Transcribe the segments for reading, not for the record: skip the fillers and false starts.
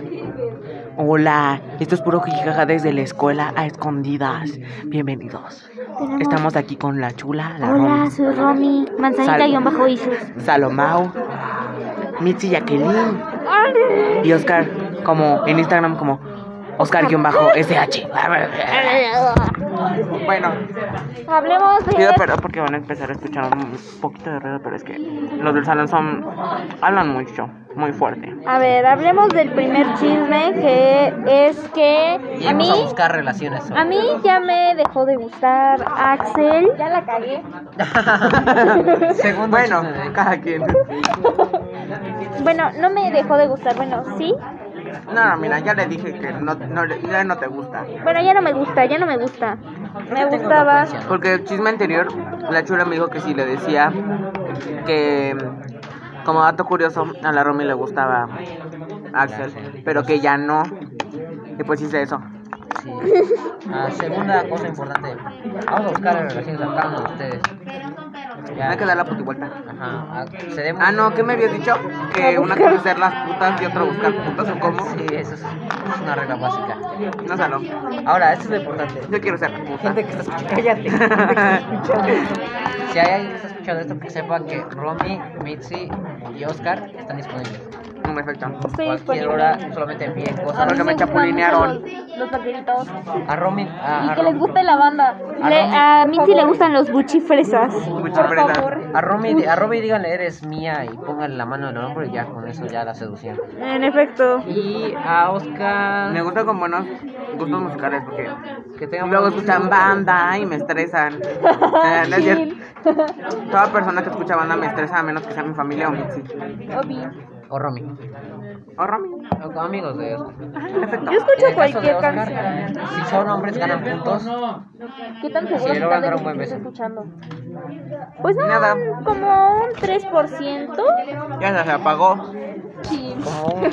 Hola, esto es puro jijaja desde la escuela a escondidas. Bienvenidos. Estamos aquí con la chula, la Hola, Romy, soy Romy, manzanita-isus. Salomao, Mitzi Jacqueline y Oscar, como en Instagram como Oscar-SH. Bueno, Hablemos de... pido perdón porque van a empezar a escuchar un poquito de ruido, pero es que los del salón hablan mucho, muy fuerte. A ver, hablemos del primer chisme, que es que a mí... Vamos a buscar relaciones. A mí ya me dejó de gustar Axel. Ya la cagué. Bueno, cada quien. Bueno, no me dejó de gustar, bueno, sí. No, mira, ya le dije que ya no te gusta. Bueno, ya no me gusta. Me gustaba. Porque el chisme anterior, la chula me dijo que sí le decía que, como dato curioso, a la Romy le gustaba Axel, pero que ya no. Y pues hice eso. Sí. Segunda cosa importante. Vamos a buscar las relaciones a cada uno de ustedes. Ya. Hay que dar la puta vuelta. Ajá. No, ¿qué me habías dicho? Que una cosa es ser las putas y otra buscar putas, ¿o cómo? Sí, eso es una regla básica. No salo. Ahora, esto es lo importante. Yo quiero ser puta. Gente que está escuchando, cállate. Si hay alguien que está escuchando esto, que sepa que Romy, Mitzi y Oscar están disponibles. Perfecto. Cualquier hora, solamente envíen cosas. Porque me chapulinearon. Los vaqueritos. A Romy. Y que les guste la banda. A Mitzi le gustan los buchifresas. A Romy díganle eres mía y pónganle la mano en el hombro y ya con eso ya la seducción. En efecto. Y a Oscar. Me gusta con buenos gustos musicales porque tengan luego escuchan banda y me estresan. No es cierto. Toda persona que escucha banda me estresa a menos que sea mi familia o Mitzi. O Romy. O Romy. O amigos de Oscar. Yo escucho cualquier canción. Si son hombres ganan puntos. ¿Qué tan seguro Si logran dar un estás buen de que beso. estás escuchando? Pues no, Nada. como un 3%. Ya se apagó. Sí. Como un...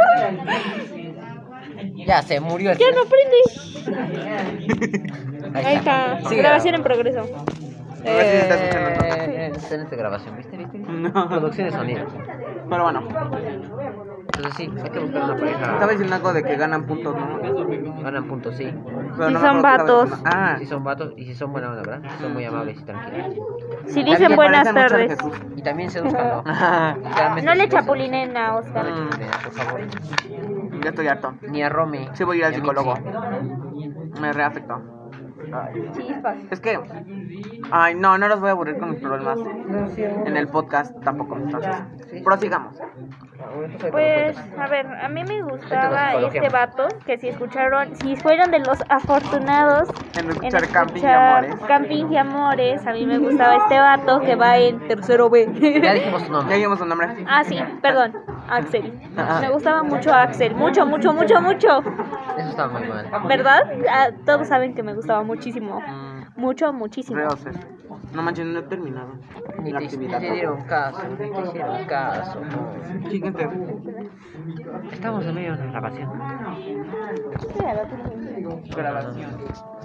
Ya se murió el... Ya no prende. Ahí está. Sí, Grabación en progreso. A ver si se está escuchando. Excelente grabación, ¿viste? No. Producción de sonido. Pero bueno, Entonces sí, hay que buscar una pareja. estaba diciendo algo de que ganan puntos, ¿no? Ganan puntos, sí. Pero Si no me son acuerdo qué estaba vatos. diciendo. Ah, Si son vatos y si son buena onda, ¿verdad? Si son muy amables y tranquilos. Si ya dicen que buenas parecen mucho a tardes. Jesús. Y también seduzcan, ¿no? No le chapulinen a Oscar. Por favor. Ya estoy harto. Ni a Romy. Sí voy a ir al ni a psicólogo. Mitzi. Me reafectó. Chispas. Es que, no los voy a aburrir con mis problemas en el podcast tampoco. Entonces, prosigamos. Pues, a ver, a mí me gustaba este vato, que si fueron de los afortunados En en escuchar Camping y escuchar Amores. Camping y Amores, a mí me gustaba este vato que va en tercero B. Ya dijimos su Ya nombre. dijimos su nombre. Ah, sí, perdón, Axel. Me gustaba mucho Axel, mucho. Eso está muy mal. ¿Verdad? Todos saben que me gustaba muchísimo. Muchísimo. Reoses. No manches, no he terminado Ni la te actividad. dieron caso, ni te hicieron caso. Siguiente. Estamos en medio de una grabación. Grabación.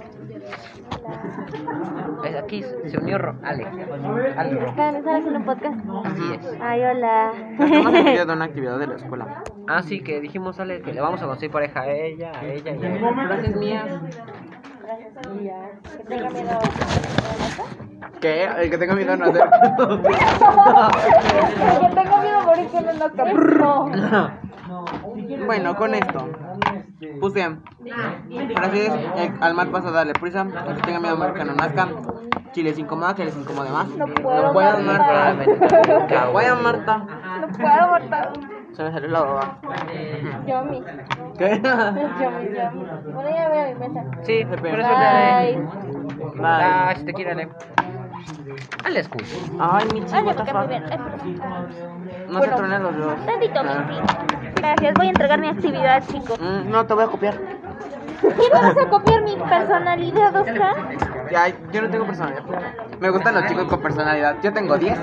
Aquí se unió Ale. ¿Están haciendo un podcast? Así es. Ay, hola. Estamos en medio de una actividad de la escuela. Ah, sí, que dijimos Ale que le vamos a conseguir pareja a ella y a ella. Gracias mías. Que tenga miedo. ¿Qué? El que tenga miedo no hacer. Que tenga miedo a morir que no. Bueno, con esto puse frases al mar pasa a darle prisa, el que tenga miedo a morir que no nazca, si les incomoda que les incomode más. No puedo, Marta. Marta. No puedo, Marta. No puedo, Marta. Se me salió la baba. Yomi. ¿Qué? Yomi. Bueno, ya voy a mi mesa. Sí, por eso Bye. Bye. Ah, si te quiere Ale. Ale escucha. Ay, Michi, Ay, what me the quedé muy fuck. bien. No se tronen los dedos. Tantito, Michi. Gracias, voy a entregar mi actividad, chicos. No, te voy a copiar. ¿Qué vas a copiar mi personalidad, Oscar? Ya, yo no tengo personalidad. Me gustan los chicos con personalidad. Yo tengo 10.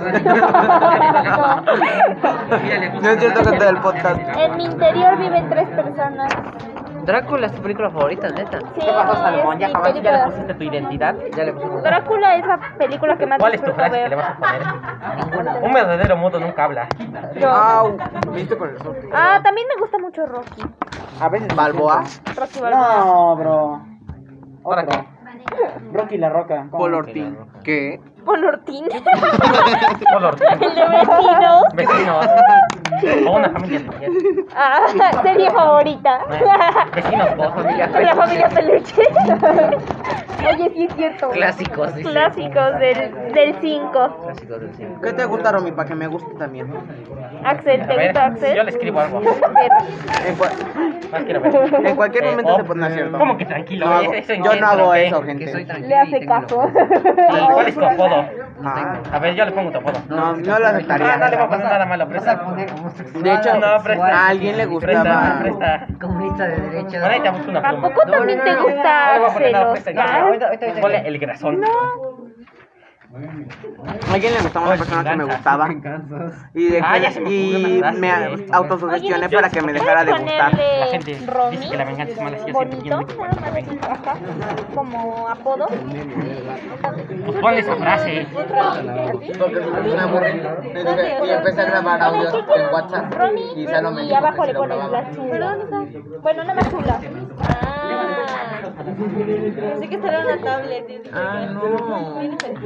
No es cierto que todo el podcast. En mi interior viven 3 personas. Drácula es tu película favorita, neta. Sí, ¿Qué pasó, Salomón? es ¿Ya mi jamás ya le película. pusiste tu identidad? Ya le pusiste. Drácula es la película que más ¿Cuál es tu disfruto frase que ver. le vas a poner? Ninguna. Un verdadero mudo nunca habla. Yo. Au, ¿viste por eso? Ah, también me gusta mucho Rocky. A veces. Balboa. Rocky Balboa. No, bro. ¿Para Otro. Rocky la Roca. ¿Cómo? Paul Ortiz. ¿Qué? Paul Ortín. Color. El de vecinos. Vecinos. O una familia especial. Ah, serie favorita. Vecinos, dos familias. La familia Peluche. Oye, sí es cierto. Clásicos, dice. Clásicos del 5. Clásicos del cine. ¿Qué te gusta, Romy? Para que me guste también. Axel, A ¿te ver, gusta Axel? yo le escribo algo. En, cua- Más quiero ver. en cualquier momento oh, se pone cierto. ¿Cómo que tranquilo? No hago- Eso yo no entiendo, hago ¿ok? eso, Que gente. soy tranquilo Le hace y tengo caso. ¿Cuál es tu apodo? Ah, A ver, yo le pongo tu apodo. no, no lo aceptaría. No le voy a poner nada malo, presta. De hecho, No, presta. a alguien le gustaba. Presta. Comunista de derecha. Bueno, ahí te busco una ¿A pluma. poco también te No gusta le voy a poner Axel nada, presta. Oscar? Ponle el grasón. A alguien le gustaba una persona que me gustaba. Y, Ya se me ocurrió una frase. me autosugestioné Oye, para que me dejara de gustar. La gente Romy, dice que la venganza es mala, sí, yo siempre bonito, entiendo. nada más así, ajá, como apodo. Pues ponle esa frase. Porque me aburrí. Y empecé a grabar audios en WhatsApp. Romy, Y Salo me y dijo abajo que le si lo pones grababa. la chula. Bueno, no más chula. Pensé que estaba en una tablet. Ah, no.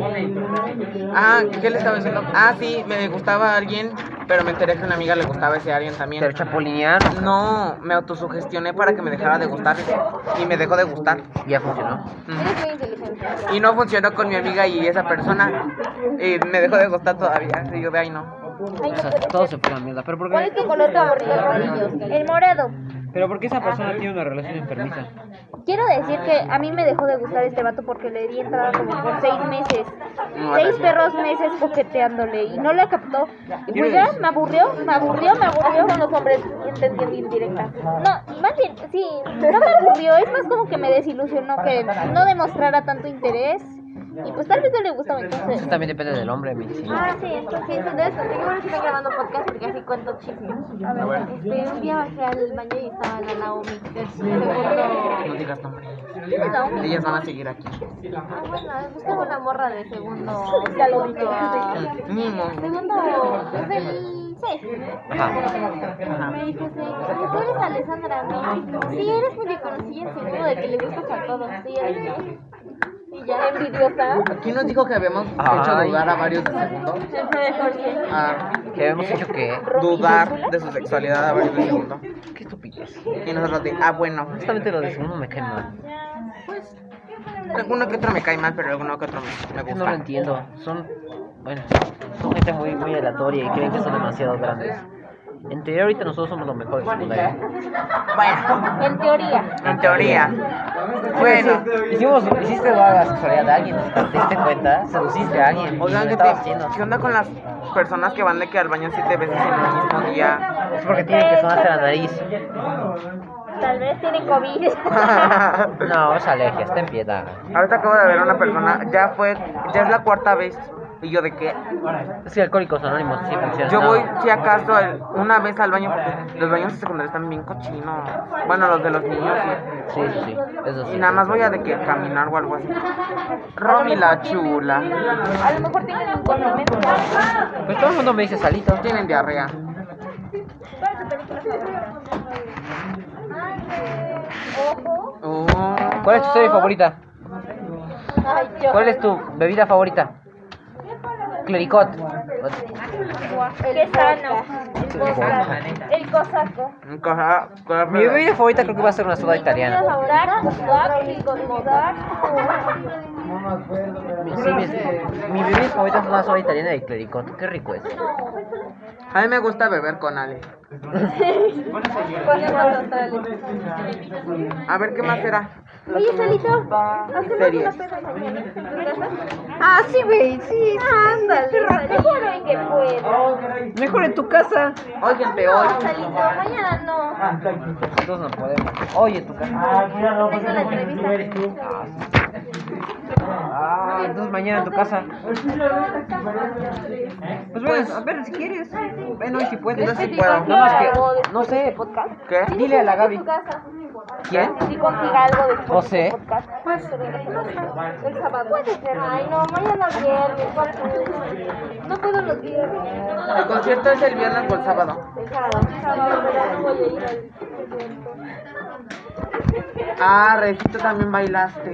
Ah, ¿qué le estaba diciendo? Ah, sí, me gustaba alguien, pero me enteré que a una amiga le gustaba ese alguien también. Pero chapolineano. No, me autosugestioné para que me dejara de gustar y me dejó de gustar. Ya funcionó. Eres muy inteligente. Y no funcionó con mi amiga y esa persona y me dejó de gustar todavía. Y yo de ahí no. O sea, todo se fue a la mierda. ¿Pero por ¿Cuál es qué? tu color favorito, amarillo? El morado. ¿Pero por qué esa persona tiene una relación enfermiza? Quiero decir que a mí me dejó de gustar este vato porque le di entrada como por 6 meses. 6 perros meses coqueteándole y no le captó. Y pues ya me aburrió con los hombres entendiendo indirectas. No, más bien, sí, no me aburrió, es más como que me desilusionó que no demostrara tanto interés. Y pues tal vez no le gustaba Eso entonces. también depende del hombre, mi sí. Ah, sí, entonces Sí, entonces, qué bueno que están grabando podcast porque así cuento chismes. Un día bajé al baño y estaba la Naomi. No digas nombre. ¿quién es Naomi? Ellas van a seguir aquí. Bueno, es como una morra de segundo. Ya lo dije. Mimo. Segundo. Es del 6. Ajá. Me dijo, sí, oye, tú eres Alessandra, ¿no? Sí, eres muy reconocida en segundo de que le gustas a todos. Sí, eres. Y ya Envidiosa. ¿Quién nos dijo que habíamos hecho dudar a varios de segundo? Jorge. Ah, ¿Que habíamos hecho qué? dudar de su sexualidad a varios de segundo. Qué estupidez. Y nosotros de, bueno. Justamente lo de segundo me cae mal. Alguno que otro me cae mal, pero alguno que otro me Es que no lo gusta. entiendo. Bueno, son gente muy aleatoria y creen que son demasiado grandes. En teoría ahorita nosotros somos los mejores secundarios. Bueno, En teoría. en teoría. Bueno, Hiciste la sexualidad de alguien, ¿te diste cuenta? Seduciste a alguien. oigan, ¿qué ¿qué, estabas haciendo? ¿qué onda con las personas que van de que al baño 7 veces en el mismo día? Es porque tienen que sonarse la nariz. Tal vez tiene COVID. No, es alergia, está en piedad. Ahorita acabo de ver a una persona, ya es la cuarta vez. Y yo de qué. Es que Alcohólicos Anónimos sí funciona. Yo voy, si acaso, una vez al baño, porque los baños secundarios están bien cochinos. Bueno, los de los niños, sí. Sí, eso sí. Y nada más voy a de que caminar o algo así. Romy la chula. A lo mejor tienen un condimento. Pues todo el mundo me dice salito. Tienen diarrea. ¿Cuál es tu película favorita? Ojo. Oh. ¿Cuál es tu serie favorita? Ay, yo. ¿Cuál es tu bebida favorita? Clericot. Qué sano. El cosaco. Mi bebida favorita creo que va a ser una soda italiana. Sí, mi bebida favorita es una soda italiana de Clericot. Qué rico es. A mí me gusta beber con Ale. A ver qué más será. Oye, Salito, hacemos Series. una peda mañana. Ah, sí, güey, sí. Ándale, mejor hoy que puedo. Mejor en tu casa. Hoy, gente, hoy. Salito, mañana no. Nosotros no podemos. Oye, tu casa. Tengo la entrevista. Entonces mañana en tu casa. Pues bueno, a ver si quieres. Bueno, y si puedes. Yo sí puedo. No más que, no sé, podcast. ¿Qué? dile a la Gaby. Tu casa. ¿Quién? Si consiga algo después José. del podcast. El sábado. Puede ser. Ay, no, mañana viernes, ¿cuál puede? No puedo los viernes. El concierto es el viernes o el sábado. El sábado, pero no voy a ir al evento. Ah, Recito también bailaste.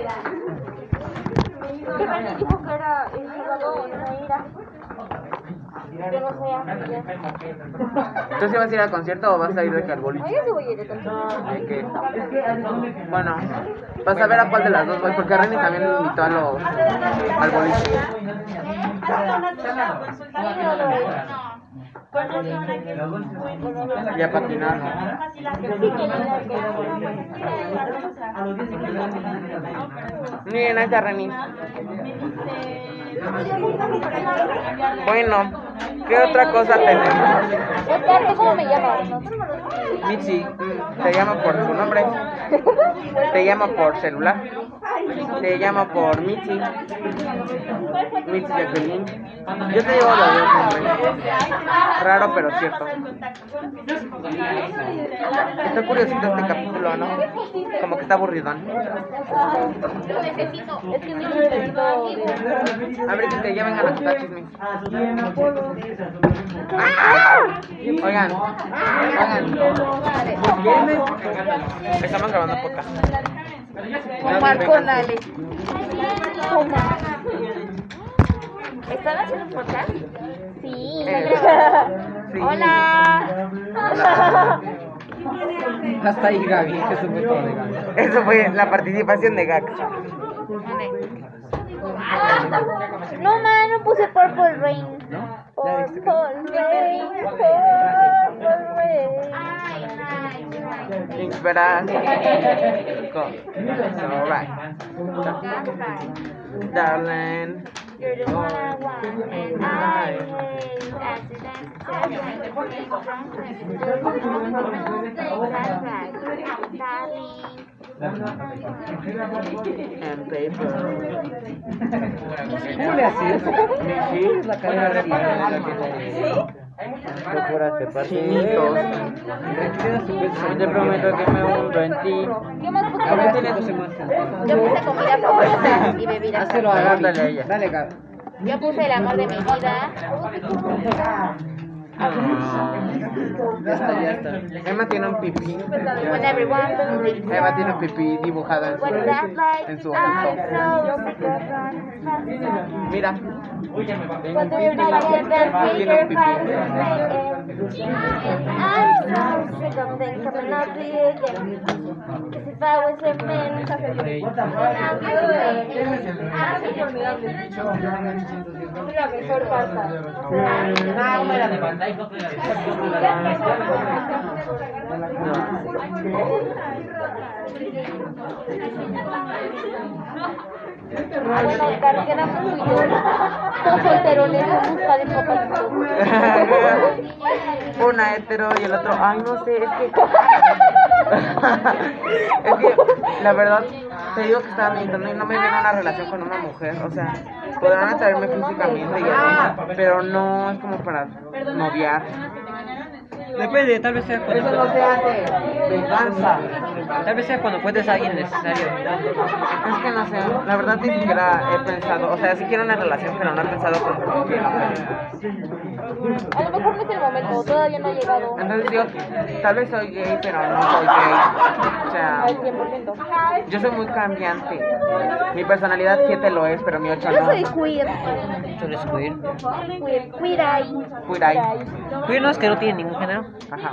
Que me dijo que era el sábado, no era. Yo no sé, ya. ¿Tú sí vas a ir al concierto o vas a ir de que al boliche? Ay, yo sí voy a ir entonces. ¿De qué? Bueno, vas a ver a cuál de las dos voy, porque Reni también me invitó a al boliche. Y a patinar, ¿no? Miren, ahí está Reni. Bueno, ¿qué otra cosa tenemos? Espérate, ¿cómo me llamas? Mitzi, te llamo por su nombre, te llamo por celular, te llamo por Mitzi, Mitzi Jacqueline. Yo te digo los dos nombres, raro pero cierto. Está curiosito este capítulo, ¿no? Como que está aburridón. Es que sí necesito. A ver, que ya vengan a contar chismes. Oigan, estamos grabando podcast. Omar con Ale. Omar. ¿Están haciendo un podcast? Sí. Sí. Hola. Hasta ahí Gaby, eso fue todo de Gaby. Eso fue la participación de Gax. No, man, no puse Purple Rain. Purple Rain. Purple Rain. Inspiración. It's alright. Darling. You're the one I want, and I hate accidents. And paper. ¿Cómo le haces? Sí. Es la cara de Chinitos. Te prometo que me hundo en ti. ¿Qué más puse? Ahora sí, más. Yo puse comida favorita y bebidas. Hazlo a Gaby. Dale a ella. Dale, Gaby. Yo puse el amor de mi vida. Ya está. Emma tiene un pipí. When everyone believes. Emma tiene un pipí dibujado What is that like? en su I'm ojito. so sick of running. Mira. But we're not yet that bigger fight. I'm so sick of things coming up to you again. 'Cause if I was a man, I'd be la mejor pasta. Bueno, quedamos tú y yo. Todos solterones en busca de papas. Una hetero y el otro, ay no sé, es que es que la verdad te digo que estaba mintiendo y no me veo en una relación con una mujer, o sea, podrán atraerme físicamente y así, pero no es como para noviar. Depende, tal vez sea cuando Eso no se hace, venganza. Tal vez sea cuando encuentres a alguien necesario. Es que no sé, la verdad ni siquiera he pensado, o sea, sí quiero una relación, pero no he pensado como que la A lo mejor no es el momento, todavía no ha llegado Entonces digo, tal vez soy gay, pero no soy gay. O sea, al 100%. yo soy muy cambiante. Mi personalidad 7 lo es, pero mi 8 Yo no. soy queer. ¿Tú eres queer? Queer ahí. Cuirai. Queer no es que no tiene ningún género. Ajá.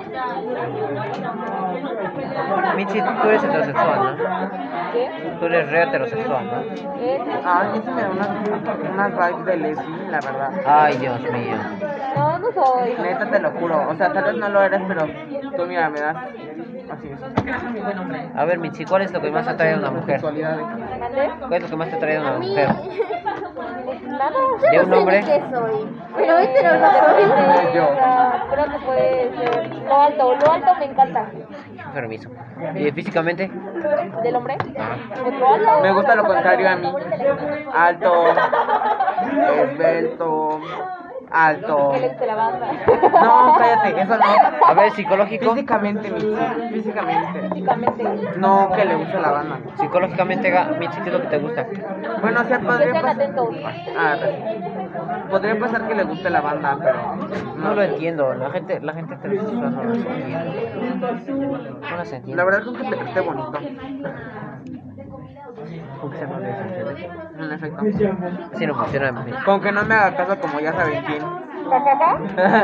Mitzi, tú eres heterosexual, ¿no? ¿Qué? Tú eres re heterosexual, ¿no? Ay, eso me da unas vibes de lesbi, la verdad. Ay, Dios mío. No, no soy. Neta, te lo juro. O sea, tal vez no lo eres, pero tú mira, me das. Así es. A ver, Mitzi, ¿cuál es lo que más te atrae a una mujer? Sexualidades. ¿Mandé? ¿Cuál es lo que más te atrae a una A mí. mujer? Nada. ¿De un hombre? Qué soy. Pero este no lo soy. Yo. Creo que puede ser. Lo alto me encanta. Permiso. ¿Y físicamente? ¿Del hombre? Ajá. Pues lo alto. Me gusta lo contrario a mí. Alto, esbelto, alto. Que le guste la banda. No, cállate, eso no. A ver, psicológico. Físicamente, Mitzi, físicamente. Físicamente. No, que le guste la banda. Psicológicamente, Mitzi, ¿qué es lo que te gusta? Bueno, o sea, Que podría sean pasar. atentos. Podría pasar que le guste la banda, pero. No lo entiendo. La gente heterosexual no lo entiende. No las entiendo. La verdad es que esté bonito. ¿Con qué se llama eso? En efecto. Así no funciona. Con que no me haga caso como ya saben quién. ¿Jajaja?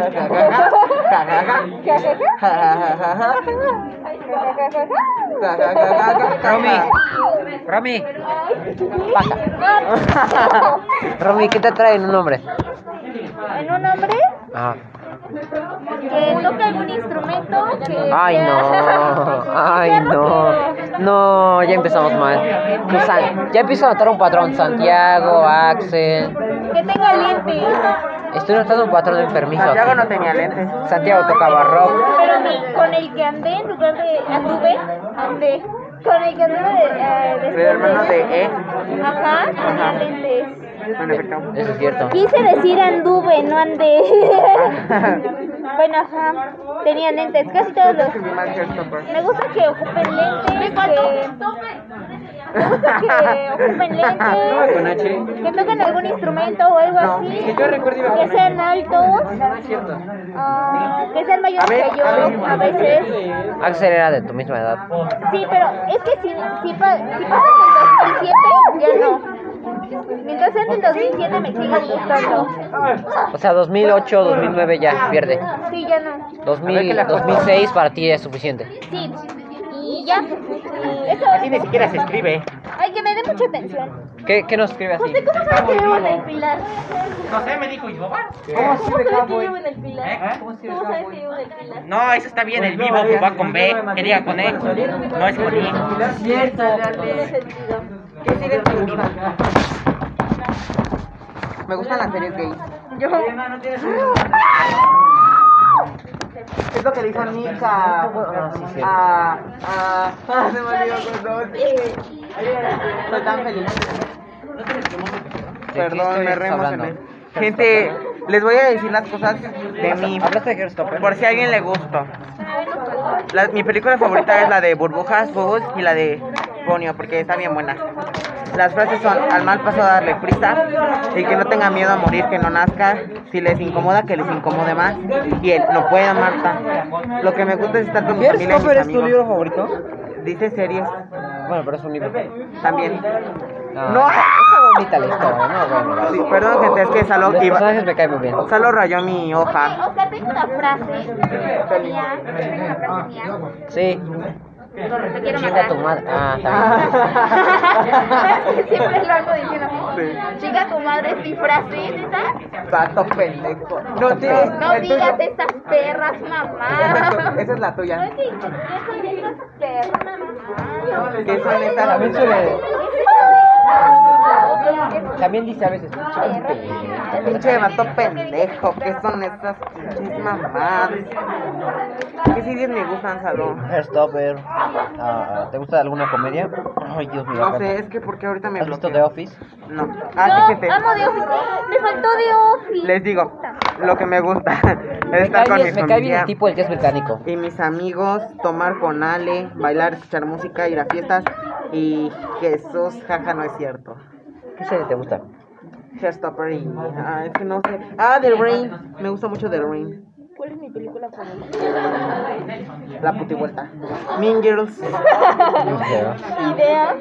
Romy, pasa. Romy, ¿qué te trae en un hombre? ¿En un hombre? Ah. Que toque algún instrumento que Ay, sea- no. Ay, sea no. rockero. No, ya empezamos mal. Ya empiezo a notar un patrón. Santiago, Axel. Que tenga lentes. Estoy notando un patrón enfermizo Santiago aquí. no tenía lentes. Santiago tocaba rock. Pero con el que andé en lugar de andé. Con el que anduve El hermano de E. Ajá, tenía lentes. En efecto. Eso es cierto. Quise decir anduve, no andé. Bueno, ajá, tenía lentes, casi todos los. Me gusta que ocupen lentes, me gusta que ocupen Con lentes, H. que toquen algún instrumento o algo No, así, que yo recuerde iba que con sean altos, No es cierto. que sean mayores A ver, que yo, a ver. a veces. Axel era de tu misma edad. Sí, pero es que si pasan del 2007, ya no. Mientras sean del 2007 me siguen gustando. O sea, 2008, 2009 ya pierde. Sí, ya no. 2006 para ti es suficiente. Sí, y ya. Eso Así ni siquiera se escribe. Ay, que me dé mucha atención. ¿Qué nos escribe así? ¿Cómo sabes que vivo en el Pilar? No sé, me dijo yo. ¿Cómo ¿Cómo así sabes de que cowboy? vivo en el Pilar? ¿Cómo así de ¿Cómo sabes que cowboy? vivo en el Pilar? No, eso está bien, el vivo que va con B. Quería con E. No es con I. Cierto. Tiene sentido. ¿Qué series te gustan? Me gustan las series gays. Yo. Es lo que le hizo Nika. sí. Se me olvidó con dos. Estoy tan feliz. Perdón, me re emocioné. Gente, les voy a decir las cosas de mí. Hablaste de Heartstopper. Por si a alguien le gustó. Mi película favorita es la de Burbujas, Bubbles y la de Ponio, porque está bien buena. Las frases son: al mal paso darle prisa, y que no tenga miedo a morir, que no nazca. Si les incomoda, que les incomode más. Y él, no pueda, Marta. Lo que me gusta es estar con mi familia y mis ¿Heartstopper es tu libro amigos. favorito? Dice series Bueno, pero es un libro. también. Ah, No. Está bonita la historia, ¿no? Bueno, Sí, perdón, gente, es que Salo los iba. personajes me caen muy bien. Salo rayó mi hoja. O sea, tengo una frase mía. Tengo una frase mía. Sí. Te quiero Chinga matar. tu madre. Ah, está bien. Siempre lo hago diciendo. Sí. Chica, tu madre es mi frase, ¿neta? Pato pendejo. No tienes. No digas esas perras, mamá. Esa es la tuya. No digas esas perras, mamá. ¿Qué son esas? También También dice a veces. Pinche vato pendejo. ¿Qué son esas pinches mamadas? ¿Qué series me gustan, Salo? Heartstopper. ¿Te gusta alguna comedia? Ay, Dios mío. No sé, es que porque ahorita me ¿Has visto The bloqueo. Office? No. No, Sí, gente. amo The Office. Me faltó The Office. Les digo, lo que me gusta es Me estar con mi cae bien el familia tipo el que es británico. y mis amigos, tomar con Ale, bailar, escuchar música, ir a fiestas. Y Jesús, jaja, no es cierto. ¿Qué serie te gusta? Heartstopper y... es que no sé. The Rain. Me gusta mucho The Rain. ¿Cuál es mi película favorita? La putivuelta. Mean Girls. Idea.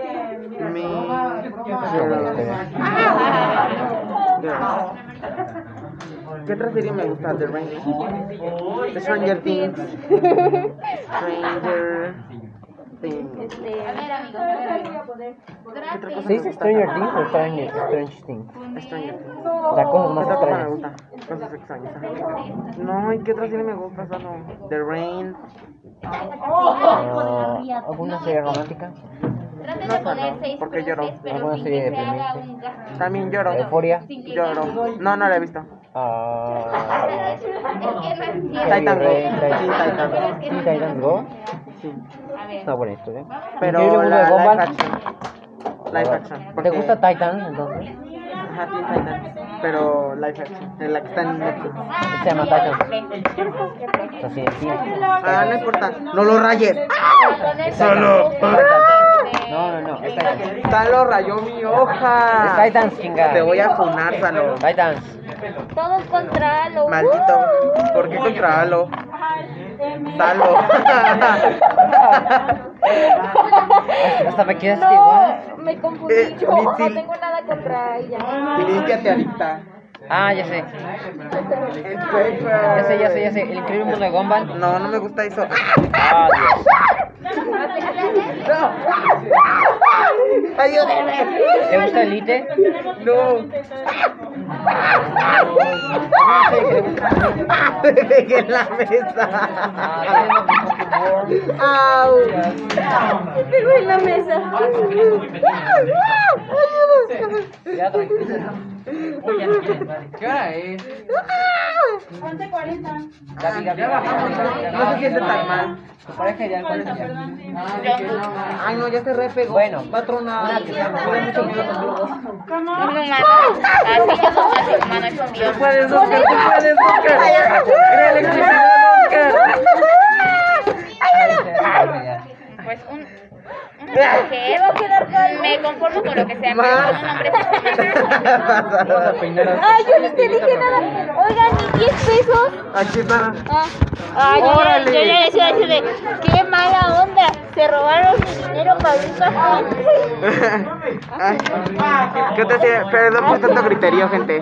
Girls. ¿Qué otra serie me gusta? The Rain. The Stranger Things. Stranger Things. A ver, amigo. ¿Qué otra cosa ¿Se me dice gusta? Stranger Things o Strange Things? Stranger Things. La cosa ¿Qué más otra cosa me extraña. gusta? Cosas extrañas. No, ¿y qué otra serie me gusta? Solo The Rain. ¿Alguna serie romántica? Traten No, de poner no, 6 porque lloro. pero ¿Alguna sin serie que se haga deprimente? un gasto. También lloro. ¿Euforia? Lloro. No, no la he visto. Titan Go. Sí, Titan Go. Teen Titans Go. Sí. Es una buena historia. Pero Increíble mundo de la live Gumball. action. Live action. ¿Te porque- gusta Titan entonces? Ajá, Teen Titans. Pero live action. Es la que está en Netflix. Se llama Titans. Así es, sí. Ah, no importa. No lo rayes. Solo. No, es Titans. Salo rayó mi hoja. Es Titans, chinga. Te voy a funar, Salo. Titans. Todos contra Halo. Maldito. ¿Por qué contra Halo? Salo. Hasta me quedaste igual. No, me confundí yo. No tengo nada contra ella. Límpiate, adicta. Ah, ya sé. Ya sé. El increíble mundo de Gumball. No, no me gusta eso. Ah, Dios. Ayúdeme. ¿Te gusta Elite? No. Me pegué en la mesa. Au. Me pegó en la mesa. Ya, tranquila. ¿Qué hora es? 11:40. Gaby. No sé si es tan mal. Tu pareja ideal, ¿cuál es? Ay, no, ya se repegó. Bueno, va a tronar. tiene mucho miedo con globos. Así yo no soy humana, es un dios. Puedes, Oscar, tú puedes, Oscar. Crea electricidad, Oscar. Pues un mujer, me conformo con lo que sea, pero con un hombre Ay, yo ni te dije nada. Oigan, ¿y 10 pesos? aquí está. Ay, yo Órale. ya decía así de, qué mala onda, se robaron mi dinero para un café. Ay, ¿qué te hacía? Perdón por tanto griterío, gente.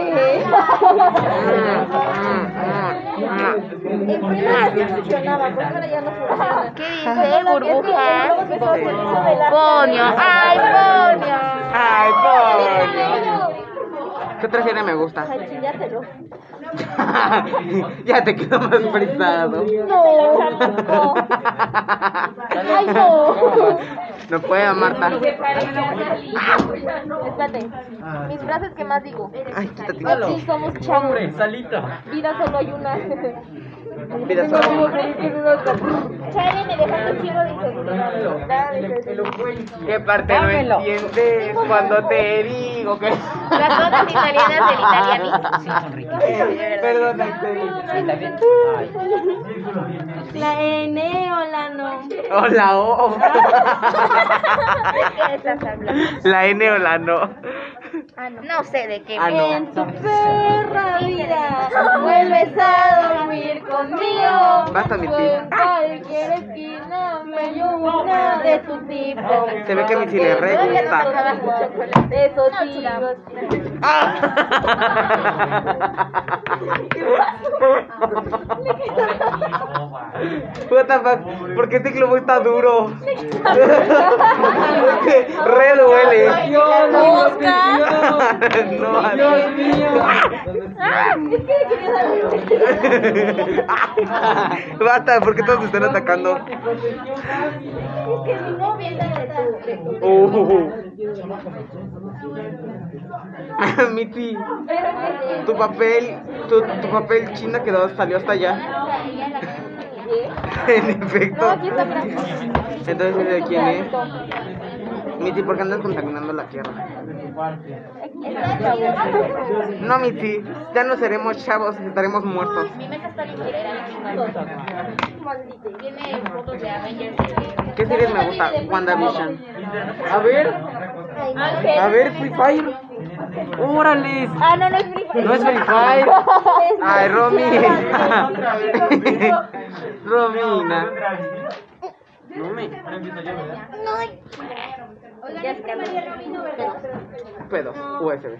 En primera sí funcionaba, porque ahora ya no funciona. ¿Qué dice, burbuja? Ponio, ay, Ponio. Ay, pobre. ¿Qué otra serie me gusta? Ay, chillátelo. Ya te quedó más frisado. No, tampoco. Ay, no. No puedo, Marta. Espérate, mis frases que más digo. Ay, quítate. Sí, somos chavos. Salito. Vida solo hay una. Mira, solo. Charlie, me dejaste un chingo de inseguridad. ¿Qué parte no entiendes cuando te digo que... Las notas italianas del italianismo. Sí, son riquísimas. Perdona, Esteli. Sí, también. Ay. La N o la no. O la O. ¿De qué estás hablando? La N o la no. No sé de qué. Ah, no. En tu perra vida vuelves a dormir conmigo. Basta, mi En tía. cualquier esquina me dio una de tu tipo. Se ve que a mi sí le re gusta. Esos chicos. What the fuck? ¿Por qué este globo está duro? Re duele. Oscar. No, Dios mío. Es que le quería dar basta, porque todos se están atacando. Es que mi novia es de tu. Miti, tu papel china salió hasta allá. En efecto. No, aquí está, mira. Entonces, ¿de quién es? Miti, ¿por qué andas contaminando la tierra? No, Miti, ya no seremos chavos, estaremos muertos. Mi mesa está ligerera. Tiene fotos de Avengers. ¿Qué series me gusta? WandaVision. A ver, Free Fire. ¡Órale! Ah, no, no es Free Fire. No es Free Fire. Ay, Romy. Romina. No me. Ya se cambió. Pedos, USB.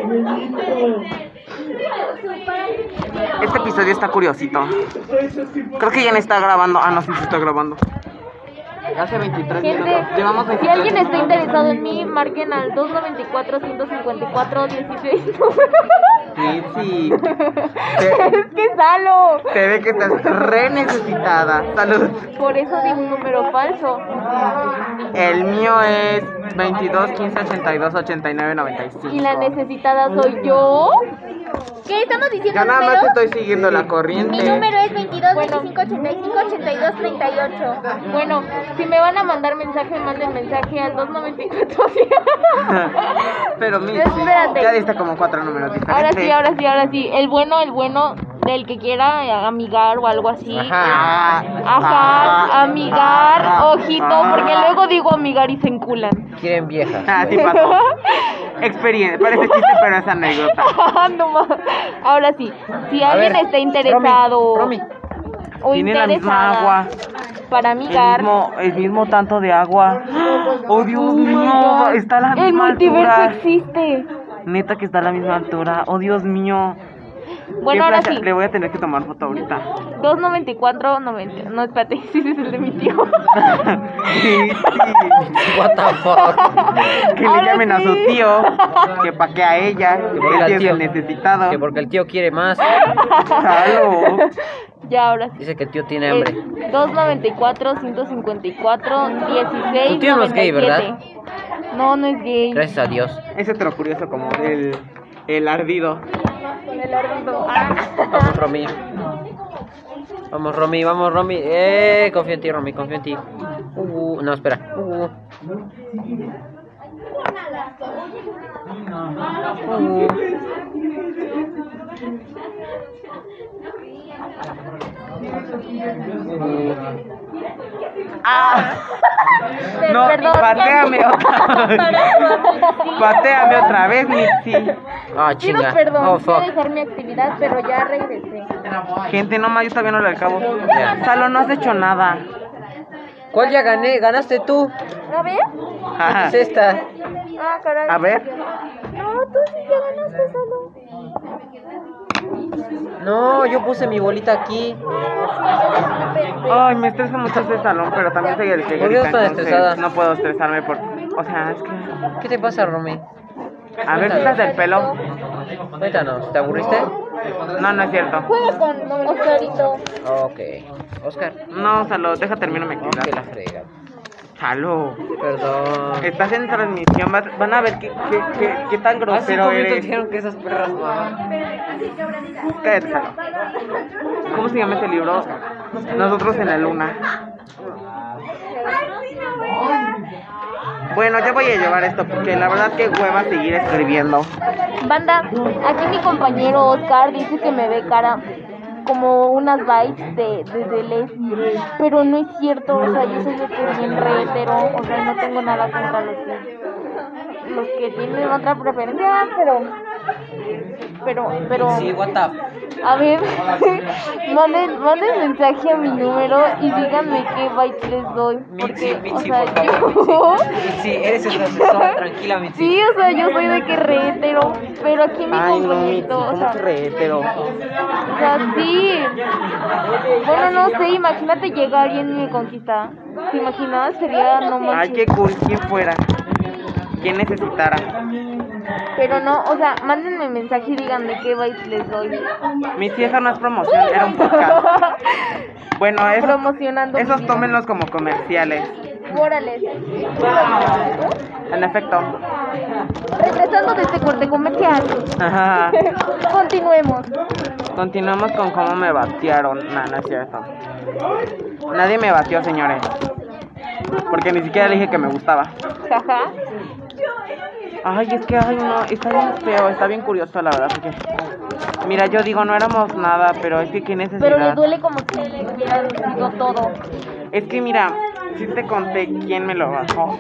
Este episodio está curiosito. Creo que ya no está grabando. Ah, no, sí se está grabando. Hace 23 minutos. Llevamos Si 23 alguien está minutos. interesado en mí, marquen al 294-154-16. Sí, sí. Es que Salo. Se ve que estás re necesitada. Salud. Por eso digo un número falso. El mío es 22 15 82 89 95. Y la necesitada soy yo. ¿Qué estamos diciendo? Yo nada más números? estoy siguiendo la corriente. Mi número es 22 25 85 82 38. Bueno, si me van a mandar mensaje, manden mensaje al 294. Pero mira, Espérate. ya diste como 4 números diferentes. Ahora sí. El bueno del que quiera amigar o algo así. Ajá. Ajá, amigar, ojito, porque luego digo amigar y se enculan. Quieren viejas. Sí pasó. Experiencia, parece chiste, pero es anécdota. No más. Ahora sí, si A alguien ver, está interesado Romy. o Tiene la misma interesada agua. para amigar, El mismo tanto de agua. Oh, Dios mío, está a la el misma multiverso altura. existe. Neta que está a la misma altura. Oh, Dios mío. Bueno, Qué ahora placer. sí. Le voy a tener que tomar foto ahorita. 294, 90. No, espérate, sí, ese es el de mi tío. Sí. What the fuck. Que le Ahora llamen a su sí. tío. Que pa' que a ella. Que porque el al tío es tío- el necesitado. Que porque el tío quiere más. Claro. Ya, ahora sí. Dice que el tío tiene hambre. 294, 154, 16. Tu tío no es gay, 97. No, no es gay. Gracias a Dios. Ese es lo curioso, como el ardido. El árbitro. Vamos, Romy. Vamos, Romy. Confío en ti, Romy, confío en ti. No, espera. No, Perdón. pateame pateame otra vez, Mitzi. Ah, Pido chinga. perdón, Oh, voy a fuck. dejar mi actividad, pero ya regresé. Gente, no más, yo todavía no lo acabo. Ya. Salo, no has hecho nada. ¿Cuál ya gané? ¿Ganaste tú? ¿A ver? Ajá. Es esta. Ah, caray. A ver. No, tú sí ya ganaste solo. No, yo puse mi bolita aquí. Ay, me estresa mucho ese salón, pero también soy el que ¿Por qué grita, estás entonces estresada? no puedo estresarme por... O sea, es que... ¿Qué te pasa, Romy? A ver, quitas del pelo. Cuéntanos, ¿te aburriste? No, no es cierto. Juega con Oscarito. Ok. Oscar. No, Salo, deja termino mi Que la actividad. frega. Salo, Perdón. estás en transmisión, van a ver qué tan grosero eres. que esas perras Cállate, Salo. ¿Cómo se llama ese libro? Nosotros en la luna. Bueno, yo voy a llevar esto porque la verdad que hueva seguir escribiendo. Banda, aquí mi compañero Oscar dice que me ve cara como unas vibes de Leslie, pero no es cierto, o sea, yo soy de que bien retero, o sea, no tengo nada contra los que tienen otra preferencia, pero Sí, what the... a ver, manden mensaje a mi número y díganme qué vibes les doy, porque, o sea, yo... Sí, eres el asesor, tranquila, Mitzi. Sí, o sea, yo soy de que retero, pero aquí mi Ay, no, Mitzi, compañerito, o ¿cómo sea, que rehetero? o sea, sí. Bueno, no sé, imagínate llega alguien y me conquista. ¿Te imaginas? Sería no Ay, manches. qué cool, quien fuera. Quien necesitara. Pero no, o sea, mándenme mensaje y díganme qué vibes les doy. Mitzi, eso no es promoción, era un podcast. Bueno, Promocionando. esos mi vida. tómenlos como comerciales. Órale. En efecto. Regresando de este corte comercial. Ajá. Continuemos. Continuamos con cómo me batearon. No, no es cierto. Nadie me batió, señores. Porque ni siquiera le dije que me gustaba. Jaja. Ay, es que, ay, no, está bien feo, está bien curioso, la verdad. Porque, mira, yo digo, no éramos nada, pero es que qué Pero les necesidad. duele como si hubieran sido todo. Es que, mira, sí te conté quién me lo bajó.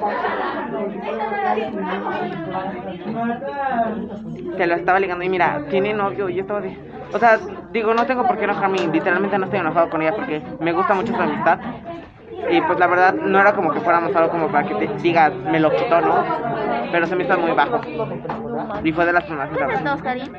Se lo estaba ligando y mira, tiene novio y yo estaba de... O sea, digo, no tengo por qué enojarme, literalmente no estoy enojado con ella porque me gusta mucho su amistad. Y pues la verdad no era como que fuéramos algo como para que te digas, me lo quitó, ¿no? Pero se me hizo muy bajo. Y fue de las primeras veces. Oscarín?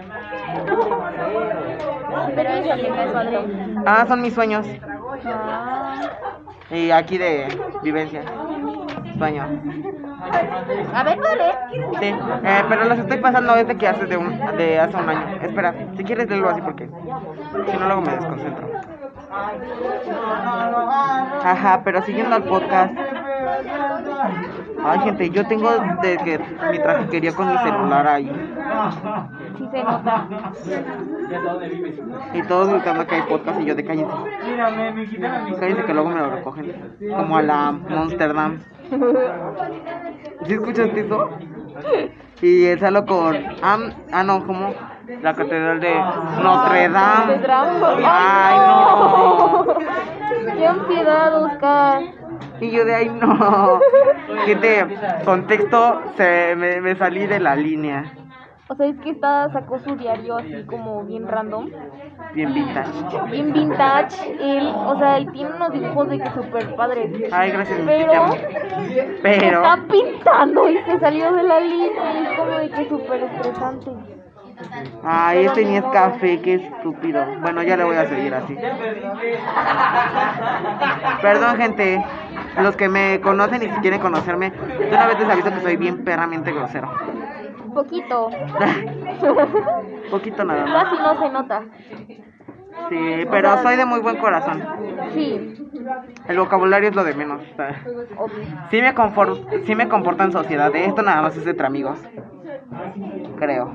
Pero eso que me faltó. Ah, son mis sueños. Ah. Y aquí de vivencia. Sueños. A ver, vale. Sí, pero los estoy pasando desde que hace de hace un año. Espera, si quieres leerlo así porque si no luego me desconcentro. Ajá, pero siguiendo al podcast. Ay, gente, yo tengo de que mi trafiquería con mi celular ahí. Sí se nota. Y todos gritando que hay podcast y yo de cállense. Cállense que luego me lo recogen. Como a la Monsterdam. ¿Sí escuchaste eso? Y él salió con... no, ¿cómo? La catedral de Notre Dame. Ay, no. Qué ansiedad, Oscar. Y yo de ahí no. Gente, contexto, me salí de la línea. O sea, es que sacó su diario así como bien random. Bien vintage. Bien vintage. Él tiene unos dibujos de que súper padres. Ay, gracias, mi Pero Pero está pintando y se salió de la línea. Y es como de que súper estresante. ay, este ni es café, qué estúpido. Bueno, ya le voy a seguir así. Perdón, gente. Los que me conocen y si quieren conocerme, de una vez les aviso que soy bien perramente grosero. Poquito. Poquito nada más. Casi no se nota. Sí, pero soy de muy buen corazón. Sí. El vocabulario es lo de menos. Obvio. Sí me comporto en sociedad. De esto nada más es entre amigos. Creo.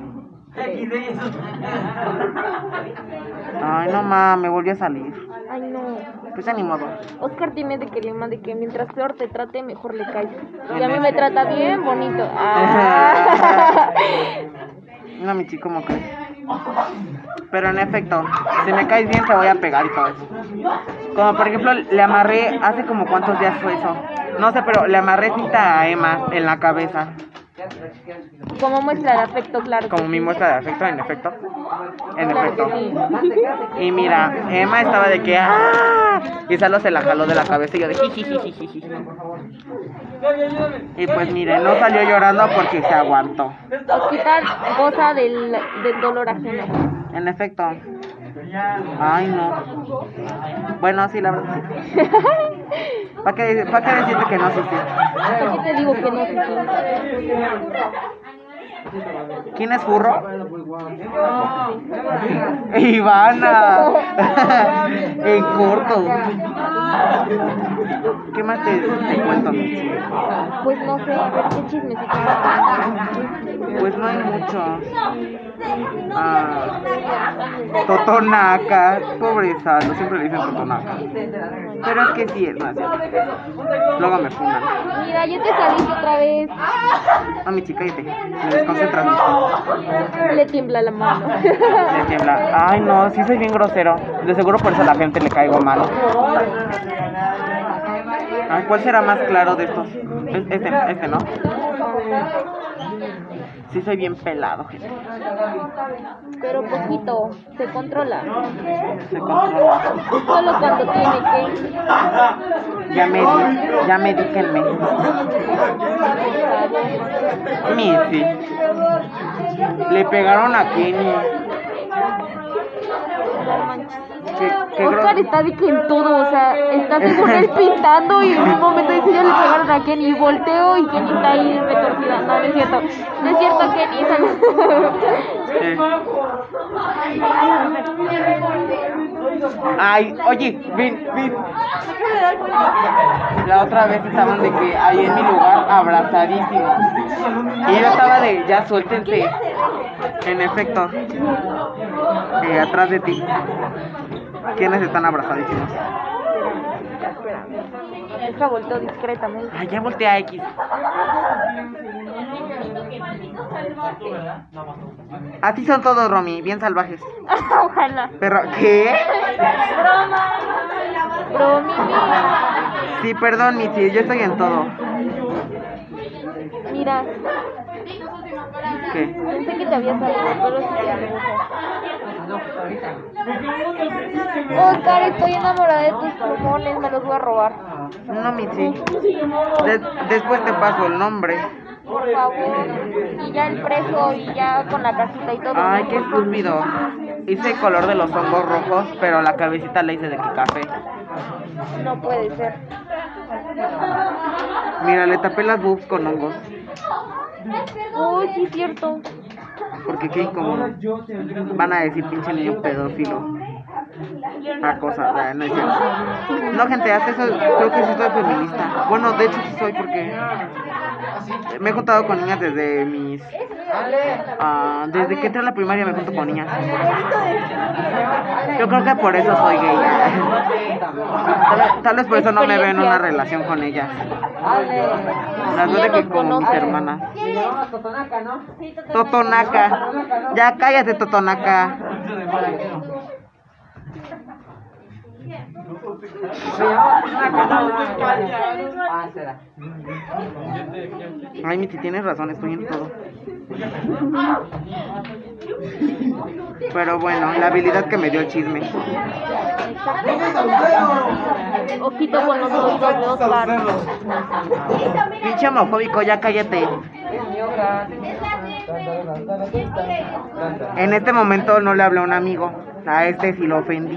Ay, no mames, me volví a salir. Ay, no. Pues ya ni modo. Oscar tiene de que lema de que mientras peor te trate, mejor le caes. Y a mí me trata bien bonito. Ah. No, mi chico, ¿cómo crees? Pero en efecto, si me caes bien te voy a pegar y todo eso. Como por ejemplo, le amarré, hace como cuántos días fue eso. No sé, pero le amarré cinta a Emma en la cabeza. Como muestra de afecto, claro. Como que mi sí. muestra de afecto, en efecto. En Claro efecto. que sí. Y mira, Emma estaba de que ¡ah! Y Salo se la jaló de la cabeza y yo de jijijijiji. Y pues mire, no salió llorando porque se aguantó. Quitar goza del dolor ajeno. En efecto. Ay, no. Bueno, sí, la verdad. ¿Para qué decirte que no, sí, sí? ¿Por qué te digo que no? Sí, ¿Quién es Furro? Ivana. En corto. ¿Qué más te cuento? Pues no sé, a ver qué chismecito. Pues no hay mucho. Totonaca. Pobre Salo, siempre le dicen Totonaca. Pero es que sí es más. Luego me fundan. Mira, ya te saliste otra vez. A mi chica, te desconcentras. Le tiembla la mano. Le tiembla. Ay, no, sí soy bien grosero. De seguro por eso a la gente le caigo mal. Ay, ¿cuál será más claro de estos? Este, ¿no? Sí soy bien pelado, gente. Pero poquito, se controla. Se controla. Solo cuando tiene que. Ya medíquenme. Missy. Le pegaron a Kenny. ¿Qué Oscar está de que en todo, o sea, está según él pintando y en un momento dice yo le pegaron a Kenny y volteo y Kenny está ahí retorcida. No, no es cierto. No es cierto, Kenny. Ay, oye, ven. La otra vez estaban de que ahí en mi lugar abrazadísimos. Y yo estaba de, ya suéltense. En efecto, atrás de ti. ¿Quiénes están abrazadísimos? Deja volteo discretamente. Ay, ya volteé a X. Así son todos, Romy, bien salvajes. Ojalá. Pero, ¿qué? Bromi. Sí, perdón, Mitzi, yo estoy en todo. Mira, ¿Qué? pensé que te había salido, pero sí te dibujo. Oscar, estoy enamorada de tus plumones, me los voy a robar. No, Mitzi. Después te paso el nombre. Por favor. Y ya el precio y ya con la cajita y todo. Ay, qué estúpido. Hice el color de los hongos rojos, pero la cabecita la hice de que café. No puede ser. Mira, le tapé las boobs con hongos. Uy, sí es cierto. Porque qué incómodo. Van a decir pinche niño pedófilo. Cosa, no es cierto. No, gente, hasta eso creo que sí soy feminista. Bueno, de hecho sí soy porque me he juntado con niñas desde desde que entré a la primaria me junto con niñas. Yo creo que por eso soy gay. Tal vez por eso no me veo en una relación con ellas. Las veo de que como mis hermanas. Totonaca. Ya cállate, Totonaca. Ay, Miti, tienes razón, estoy en todo. Pero bueno, la habilidad que me dio el chisme. Ojito con los oídos de Oscar. Pinche homofóbico, ya cállate. En este momento no le hablé a un amigo. A este sí lo ofendí.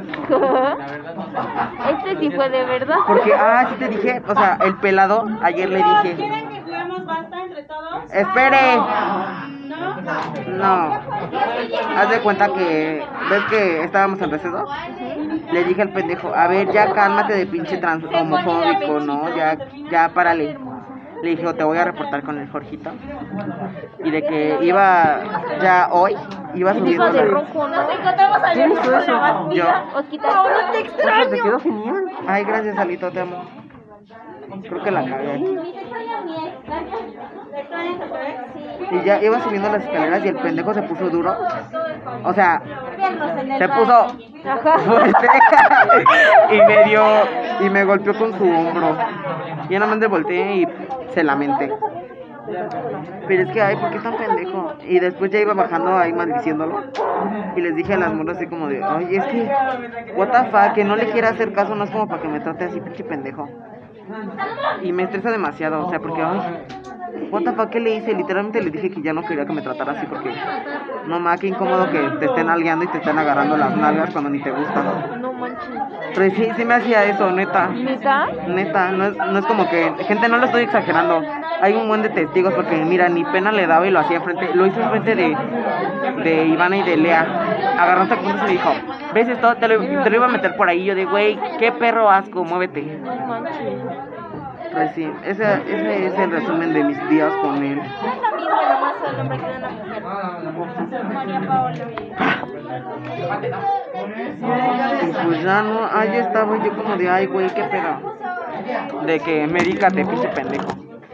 Este sí fue de verdad. Porque, sí te dije, o sea, el pelado, ayer le dije. ¿Quieren que juguemos basta entre todos? ¡Espere! ¿No? No. Haz de cuenta que, ¿ves que estábamos en receso? Le dije al pendejo, a ver, ya cálmate de pinche trans homofóbico, ¿no? Ya párale. Le dije, te voy a reportar con el Jorgito. Y de que iba, ya hoy, iba subiendo Iba de la... rojo, ¿no? Nos encontramos ayer ¿Quién hizo eso? Yo. Osquita. No te Te extraño. quedó genial. Ay, gracias, Alito, te amo. Creo que la cagué aquí. Mi te extraña mi ex. ¿Te extrañas otra vez? Sí. Y ya iba subiendo las escaleras y el pendejo se puso duro. O sea, Piernos en el se baño. puso fuerte y me golpeó con su hombro. Y yo nada más me volteé y se lamenté. Pero es que, ay, ¿por qué tan pendejo? Y después ya iba bajando ahí maldiciéndolo. Y les dije a las morras así como de, ay, es que, what the fuck, que no le quiera hacer caso, no es como para que me trate así, pinche pendejo. Y me estresa demasiado, o sea, porque, ay, what the fuck, ¿qué le hice? Literalmente le dije que ya no quería que me tratara así porque, no ma, qué incómodo que te estén nalgueando y te estén agarrando las nalgas cuando ni te gustan. No manches. Pero sí me hacía eso, neta. ¿Neta? Neta, no es como que, gente, no lo estoy exagerando. Hay un buen de testigos porque, mira, ni pena le daba y lo hacía enfrente, lo hizo enfrente de Ivana y de Lea. Agarró hasta puntos y me dijo, ¿ves esto? Te lo iba a meter por ahí. Yo de, güey, qué perro asco, muévete. No manches. Pues sí, ese es el resumen de mis días con él. No es lo mismo, nomás el hombre que una mujer. María Paola. Y pues ya no, ahí estaba yo como de, ay, güey, qué pedo. De que medícate, pinche pendejo.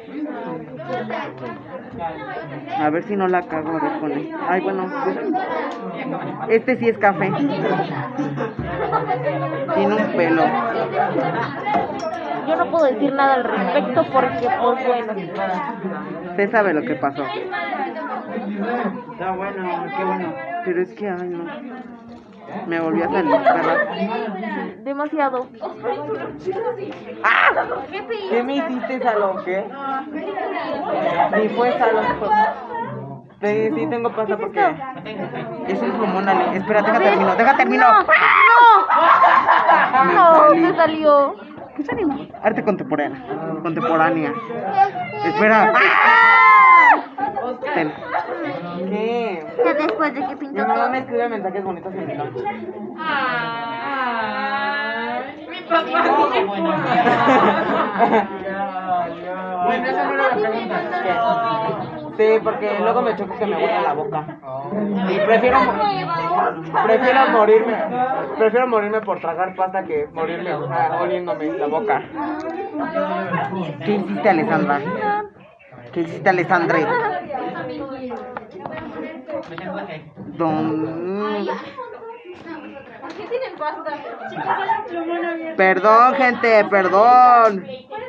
A ver si no la cago, a ver con él. Ay, bueno, pues, este sí es café. Tiene un pelo. Yo no puedo decir nada al respecto porque, pues bueno. Usted sabe lo que pasó. Está bueno, qué bueno. Pero es que, ay, no. Me volví a salir, perra. Demasiado. ¿Qué me hiciste, Salón? ¿Qué? Ni fue Salón. Sí, tengo pasta porque es un plumón, Ale. Espera, deja termino. No, se salió. ¿Qué salió? Arte contemporánea. Espera. Ten. ¿Qué? Que después de que Mi pintó mamá todo. me escribe mensajes bonitos en mi noche. Mi papá. Bueno, esa no era la pregunta. Sí, porque luego me choca que me huele la boca. Y prefiero morirme por tragar pasta que morirme oliéndome la boca. ¿Qué hiciste, Alessandra? ¿Qué hiciste, Alessandra? ¿Qué tienen pasta? Perdón, gente, perdón.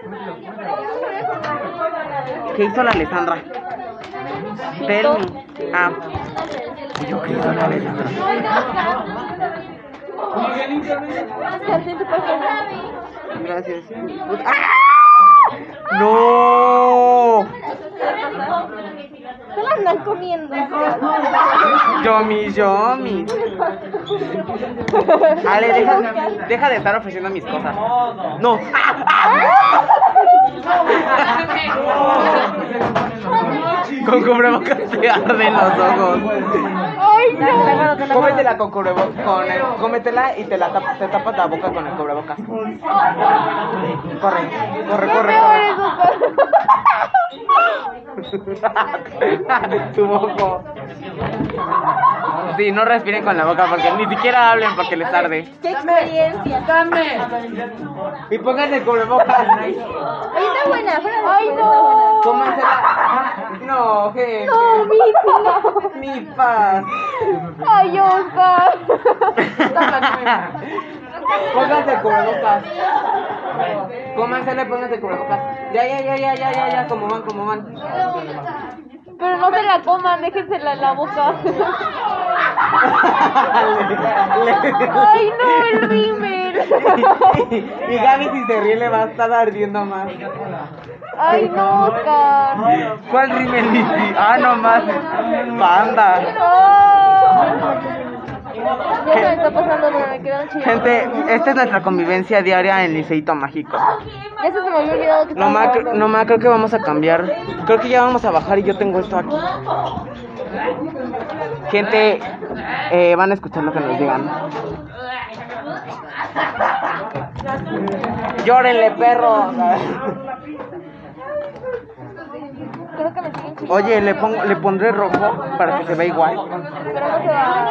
¿Qué hizo la Alessandra? Tell me. Yo qué hizo la Alessandra. Gracias. ¡No! Se la andan comiendo. Yomi. Ale, deja de estar ofreciendo mis cosas. No. Con cubrebocas te arden los ojos. Ay, no. Cómetela con cubrebocas, cómetela y te tapas la boca con el cubrebocas. Corre. Tu moco. Sí, no respiren con la boca porque ni siquiera hablen porque les arde. ¡Qué experiencia! Y pónganse cubrebocas. Ahí está buena, fuera de ¡ay, no! Cómansela. No, gente. ¡No, Mi paz. ¡ay, Oscar! Pónganse cubrebocas. Cómansela y pónganse cubrebocas. Ya, como van. Pero no se la coman, déjensela en la boca. ¡ay, no, el rímel! Y Gaby si se ríe le va a estar ardiendo más. ¡ay, no, Oscar! ¿Cuál rímel, Lizzy? Ah, no más. Panda. Ya se me está pasando, pero me quedan chidos. Gente, esta es nuestra convivencia diaria en Liceíto Mágico. Ya se me había olvidado que estaba grabando. No más, creo que vamos a cambiar. Creo que ya vamos a bajar y yo tengo esto aquí. Gente, van a escuchar lo que nos digan. Llórenle, perro. Creo que me siguen chillando. Oye, le pondré rojo para que se vea igual. Pero no se va.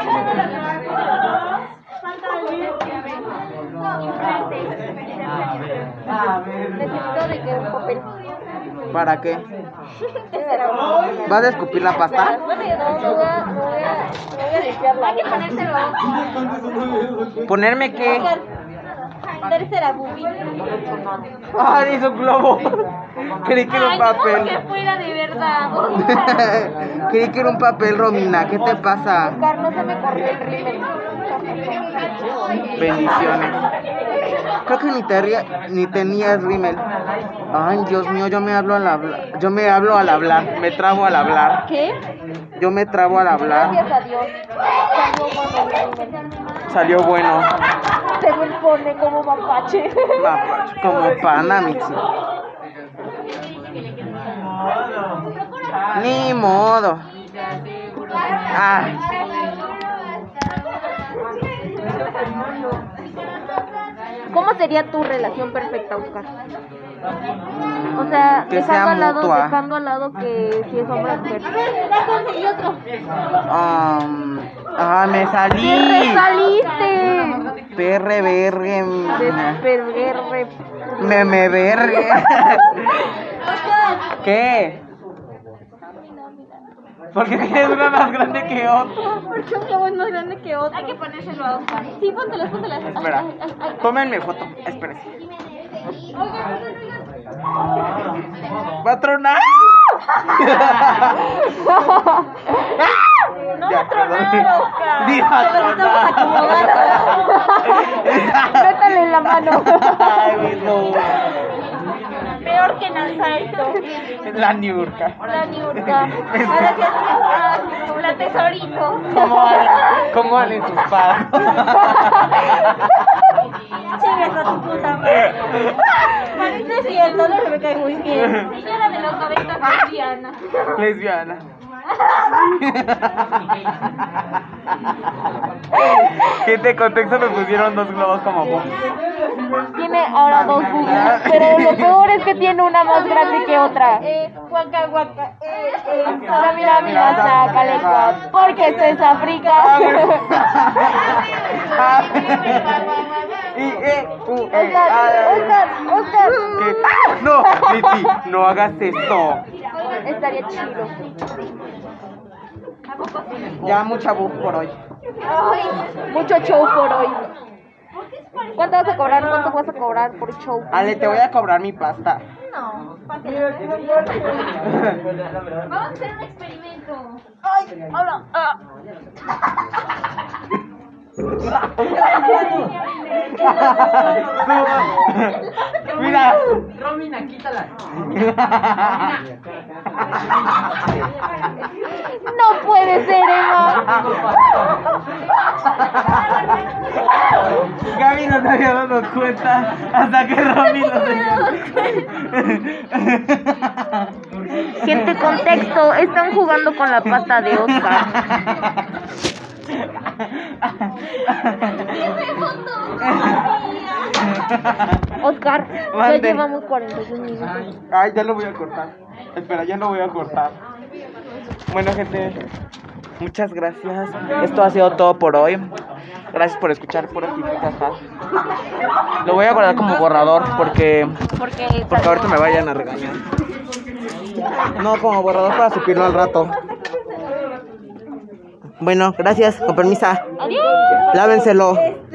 Necesito de que un papel. ¿Para qué? ¿Vas a escupir la pasta? Bueno, yo no voy a limpiarla. Hay que ponérselo. ¿Ponerme qué? Tercera boobie. ¡Ah, hizo un globo! Creí que era un papel. que fuera de verdad. Creí que era un papel, Romina. ¿Qué te pasa? Oscar, no se me corrió el rímel. Bendiciones. Creo que ni tenías rímel. Ay, Dios mío, yo me hablo al hablar. Me trabo al hablar. ¿Qué? Yo me trabo al hablar. Gracias a Dios. Salió bueno. Se me pone como mapache. Como pana, Mitzi. Ni modo. Ah. ¿Cómo sería tu relación perfecta, Oscar? O sea, Que sea mutua. dejando al lado que si es hombre o mujer. Me salí. ¡Te saliste! Perre, vergue. Desperguerre. Me vergue. ¿Qué? Porque es una más grande que otra. Porque un globo es más grande que otro. Hay que ponérselo a Oscar. Sí, póntelas. Espera, tómenme foto. Espérense. ¡Va a tronar! No va a tronar, Oscar. Sí, va a tronar. Métale en la mano. Ay, no. Peor que Nazarito. La Niurka. La Niurka. Ahora que la tesorito. ¿Cómo valen sus pasos? Chingas a tu puta madre. No es cierto, no me cae muy bien. Señora de los 90 lesbiana. Lesbiana. Gente, contexto me pusieron 2 globos como boobies. Tiene ahora 2 boobies, pero lo peor es que tiene una más grande que otra. Guaca, guaca. Mira, sácale cuatro. Porque esto es África. Oscar. No, Lizzy, no hagas eso. Estaría chido. Ya mucha boob por hoy. Ay, mucho show por hoy. ¿Cuánto vas a cobrar? ¿Cuánto vas a cobrar por show? Ale, te voy a cobrar mi pasta. No. Vamos a hacer un experimento. Ay, hola. Mira. Romina, quítala. No puede ser, Emma. Gaby no se había dado cuenta hasta que Romy lo Gente, contexto, están jugando con la pasta de Oscar. Oscar, ya Mande. llevamos 41 minutos. Ay, ya lo voy a cortar. Espera, ya lo voy a cortar. Bueno, gente, muchas gracias. Esto ha sido todo por hoy. Gracias por escuchar pura jijijaja. Lo voy a guardar como borrador porque ahorita me vayan a regañar. No, como borrador para subirlo al rato. Bueno, gracias, con permiso. Adiós. Lávenselo.